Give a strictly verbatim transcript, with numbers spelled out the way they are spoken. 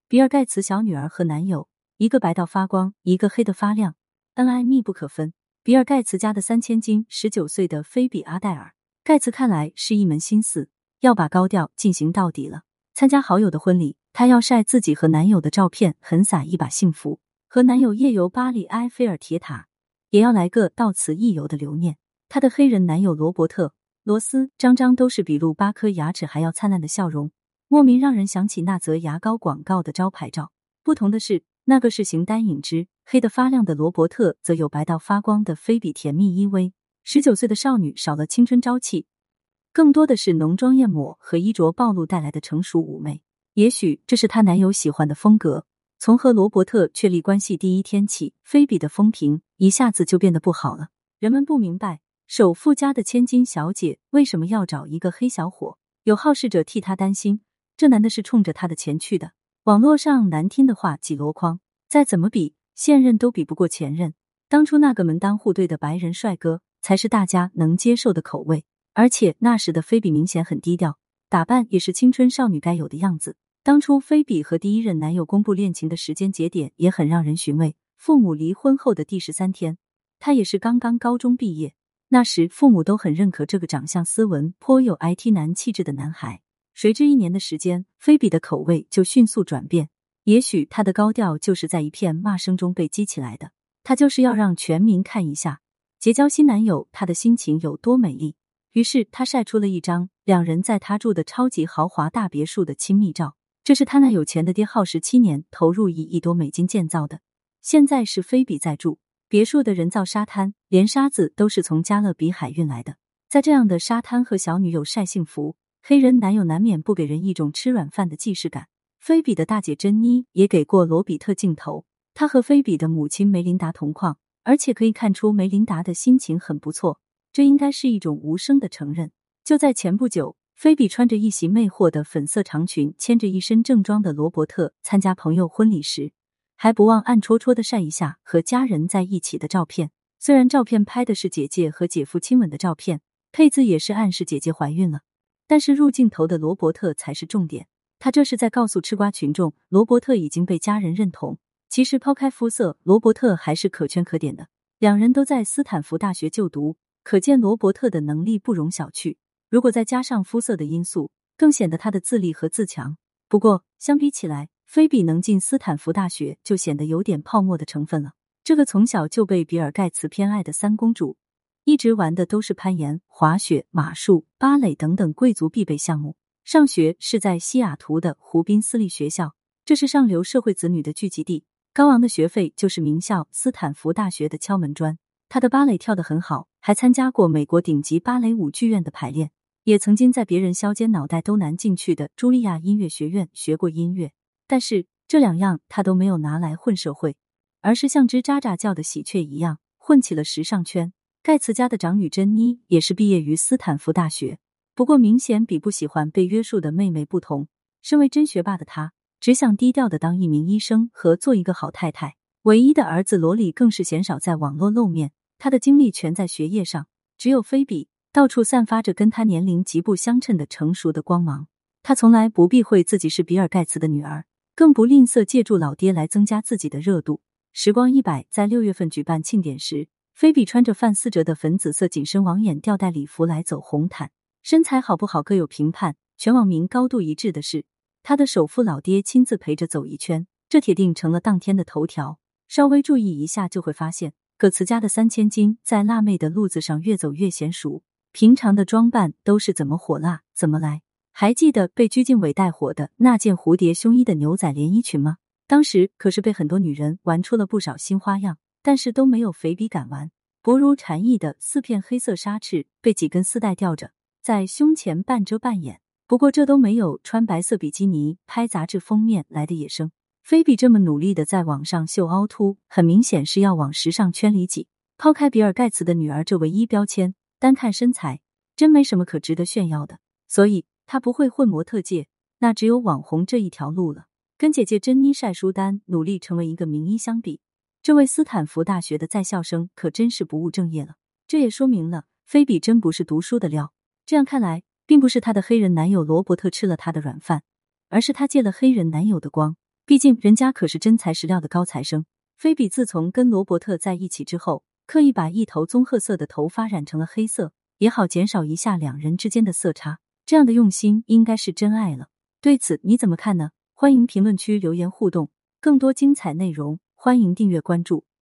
比尔盖茨小女儿和男友，一个白到发光，一个黑得发亮，恩爱密不可分。比尔盖茨家的三千金，十九岁的菲比阿黛尔，盖茨看来是一门心思，要把高调进行到底了。参加好友的婚礼，她要晒自己和男友的照片，狠撒一把幸福。和男友夜游巴黎埃菲尔铁塔，也要来个到此一游的留念。她的黑人男友罗伯特、罗斯张张都是比露八颗牙齿还要灿烂的笑容，莫名让人想起那则牙膏广告的招牌照。不同的是，那个是形单影只、黑得发亮的罗伯特，则有白到发光的菲比甜蜜依偎。十九岁的少女少了青春朝气，更多的是浓妆艳抹和衣着暴露带来的成熟妩媚。也许这是她男友喜欢的风格。从和罗伯特确立关系第一天起，菲比的风评一下子就变得不好了。人们不明白，首富家的千金小姐为什么要找一个黑小伙？有好事者替她担心，这男的是冲着她的钱去的。网络上难听的话几箩筐，再怎么比，现任都比不过前任。当初那个门当户对的白人帅哥，才是大家能接受的口味。而且那时的菲比明显很低调，打扮也是青春少女该有的样子。当初菲比和第一任男友公布恋情的时间节点也很让人寻味。父母离婚后的第十三天，他也是刚刚高中毕业。那时父母都很认可这个长相斯文、颇有 I T 男气质的男孩。谁知一年的时间，菲比的口味就迅速转变。也许她的高调就是在一片骂声中被激起来的。她就是要让全民看一下，结交新男友她的心情有多美丽。于是她晒出了一张两人在她住的超级豪华大别墅的亲密照。这是她那有钱的爹耗时七年投入一亿多美金建造的。现在是菲比在住别墅的人造沙滩，连沙子都是从加勒比海运来的。在这样的沙滩和小女友晒幸福，黑人男友难免不给人一种吃软饭的既视感。菲比的大姐珍妮也给过罗比特镜头，她和菲比的母亲梅琳达同框，而且可以看出梅琳达的心情很不错，这应该是一种无声的承认。就在前不久，菲比穿着一袭魅惑的粉色长裙，牵着一身正装的罗伯特参加朋友婚礼时，还不忘暗戳戳地晒一下和家人在一起的照片。虽然照片拍的是姐姐和姐夫亲吻的照片，配字也是暗示姐姐怀孕了，但是入镜头的罗伯特才是重点。他这是在告诉吃瓜群众，罗伯特已经被家人认同。其实抛开肤色，罗伯特还是可圈可点的。两人都在斯坦福大学就读，可见罗伯特的能力不容小觑。如果再加上肤色的因素，更显得他的自立和自强。不过相比起来，菲比能进斯坦福大学就显得有点泡沫的成分了。这个从小就被比尔盖茨偏爱的三公主，一直玩的都是攀岩、滑雪、马术、芭蕾等等贵族必备项目。上学是在西雅图的湖滨私立学校，这是上流社会子女的聚集地，高昂的学费就是名校斯坦福大学的敲门砖。他的芭蕾跳得很好，还参加过美国顶级芭蕾舞剧院的排练，也曾经在别人削尖脑袋都难进去的茱莉亚音乐学院学过音乐。但是这两样他都没有拿来混社会，而是像只喳喳叫的喜鹊一样混起了时尚圈。盖茨家的长女珍妮也是毕业于斯坦福大学，不过明显比不喜欢被约束的妹妹不同。身为真学霸的她，只想低调的当一名医生和做一个好太太。唯一的儿子罗里更是鲜少在网络露面，他的精力全在学业上。只有菲比到处散发着跟他年龄极不相称的成熟的光芒。他从来不避讳自己是比尔盖茨的女儿，更不吝啬借助老爹来增加自己的热度。时光一百在六月份举办庆典时，菲比穿着范思哲的粉紫色紧身网眼吊带礼服来走红毯，身材好不好各有评判，全网民高度一致的是，他的首富老爹亲自陪着走一圈，这铁定成了当天的头条。稍微注意一下就会发现，葛茨家的三千金在辣妹的路子上越走越娴熟，平常的装扮都是怎么火辣怎么来。还记得被鞠婧祎带火的那件蝴蝶胸衣的牛仔连衣裙吗？当时可是被很多女人玩出了不少新花样，但是都没有菲比敢玩。薄如蝉翼的四片黑色纱翅被几根丝带吊着，在胸前半遮半掩，不过这都没有穿白色比基尼拍杂志封面来的野生。菲比这么努力的在网上秀凹凸，很明显是要往时尚圈里挤。抛开比尔盖茨的女儿这唯一标签，单看身材真没什么可值得炫耀的，所以她不会混模特界，那只有网红这一条路了。跟姐姐珍妮晒书单努力成为一个名医相比，这位斯坦福大学的在校生可真是不务正业了。这也说明了菲比真不是读书的料。这样看来，并不是她的黑人男友罗伯特吃了她的软饭，而是她借了黑人男友的光， 毕竟人家可是真材实料的高材生。菲比自从跟罗伯特在一起之后，刻意把一头棕褐色的头发染成了黑色，也好减少一下两人之间的色差。这样的用心应该是真爱了。对此你怎么看呢？欢迎评论区留言互动，更多精彩内容欢迎订阅关注。